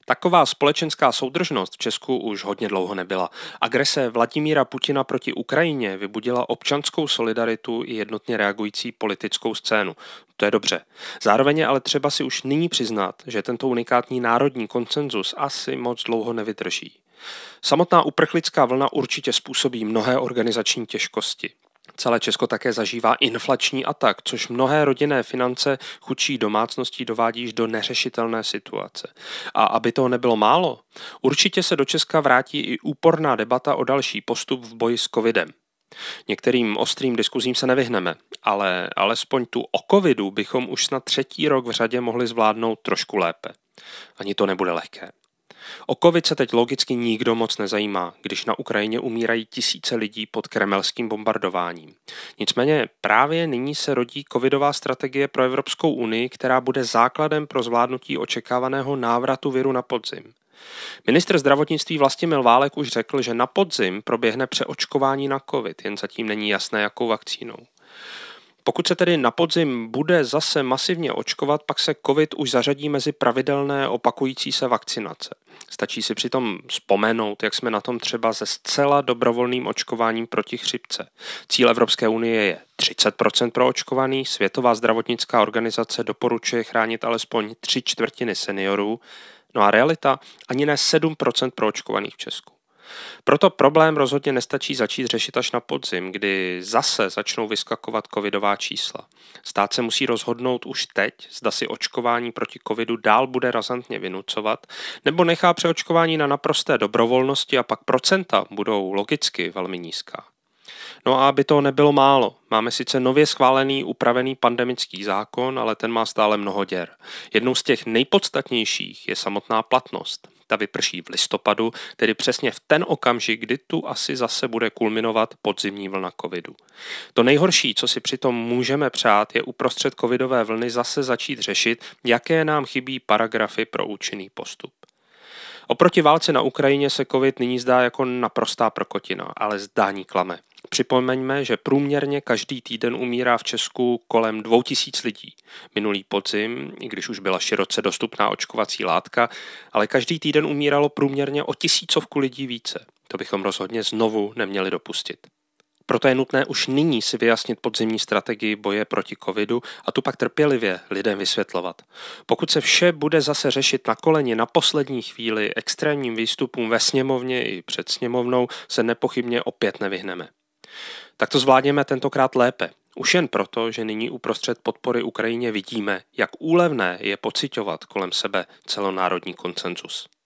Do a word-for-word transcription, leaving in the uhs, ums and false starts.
Taková společenská soudržnost v Česku už hodně dlouho nebyla. Agrese Vladimíra Putina proti Ukrajině vybudila občanskou solidaritu i jednotně reagující politickou scénu. To je dobře. Zároveň je ale třeba si už nyní přiznat, že tento unikátní národní konsenzus asi moc dlouho nevydrží. Samotná uprchlická vlna určitě způsobí mnohé organizační těžkosti. Celé Česko také zažívá inflační atak, což mnohé rodinné finance chudší domácností dovádí již do neřešitelné situace. A aby toho nebylo málo, určitě se do Česka vrátí i úporná debata o další postup v boji s covidem. Některým ostrým diskuzím se nevyhneme, ale alespoň tu o covidu bychom už snad třetí rok v řadě mohli zvládnout trošku lépe. Ani to nebude lehké. O covid se teď logicky nikdo moc nezajímá, když na Ukrajině umírají tisíce lidí pod kremelským bombardováním. Nicméně právě nyní se rodí covidová strategie pro Evropskou unii, která bude základem pro zvládnutí očekávaného návratu viru na podzim. Ministr zdravotnictví Vlastimil Válek už řekl, že na podzim proběhne přeočkování na covid, jen zatím není jasné, jakou vakcínou. Pokud se tedy na podzim bude zase masivně očkovat, pak se covid už zařadí mezi pravidelné opakující se vakcinace. Stačí si přitom vzpomenout, jak jsme na tom třeba se zcela dobrovolným očkováním proti chřipce. Cíl Evropské unie je třicet procent proočkovaných, Světová zdravotnická organizace doporučuje chránit alespoň tři čtvrtiny seniorů, no a realita ani ne sedm procent proočkovaných v Česku. Proto problém rozhodně nestačí začít řešit až na podzim, kdy zase začnou vyskakovat covidová čísla. Stát se musí rozhodnout už teď, zda si očkování proti covidu dál bude razantně vynucovat, nebo nechá přeočkování na naprosté dobrovolnosti a pak procenta budou logicky velmi nízká. No a aby to nebylo málo, máme sice nově schválený upravený pandemický zákon, ale ten má stále mnoho děr. Jednou z těch nejpodstatnějších je samotná platnost. Ta vyprší v listopadu, tedy přesně v ten okamžik, kdy tu asi zase bude kulminovat podzimní vlna covidu. To nejhorší, co si přitom můžeme přát, je uprostřed covidové vlny zase začít řešit, jaké nám chybí paragrafy pro účinný postup. Oproti válce na Ukrajině se covid nyní zdá jako naprostá prkotina, ale zdání klame. Připomeňme, že průměrně každý týden umírá v Česku kolem dvou tisíc lidí. Minulý podzim, i když už byla široce dostupná očkovací látka, ale každý týden umíralo průměrně o tisícovku lidí více. To bychom rozhodně znovu neměli dopustit. Proto je nutné už nyní si vyjasnit podzimní strategii boje proti covidu a tu pak trpělivě lidem vysvětlovat. Pokud se vše bude zase řešit na koleni na poslední chvíli, extrémním výstupům ve sněmovně i před sněmovnou se nepochybně opět nevyhneme. Tak to zvládněme tentokrát lépe. Už jen proto, že nyní uprostřed podpory Ukrajině vidíme, jak úlevné je pociťovat kolem sebe celonárodní konsenzus.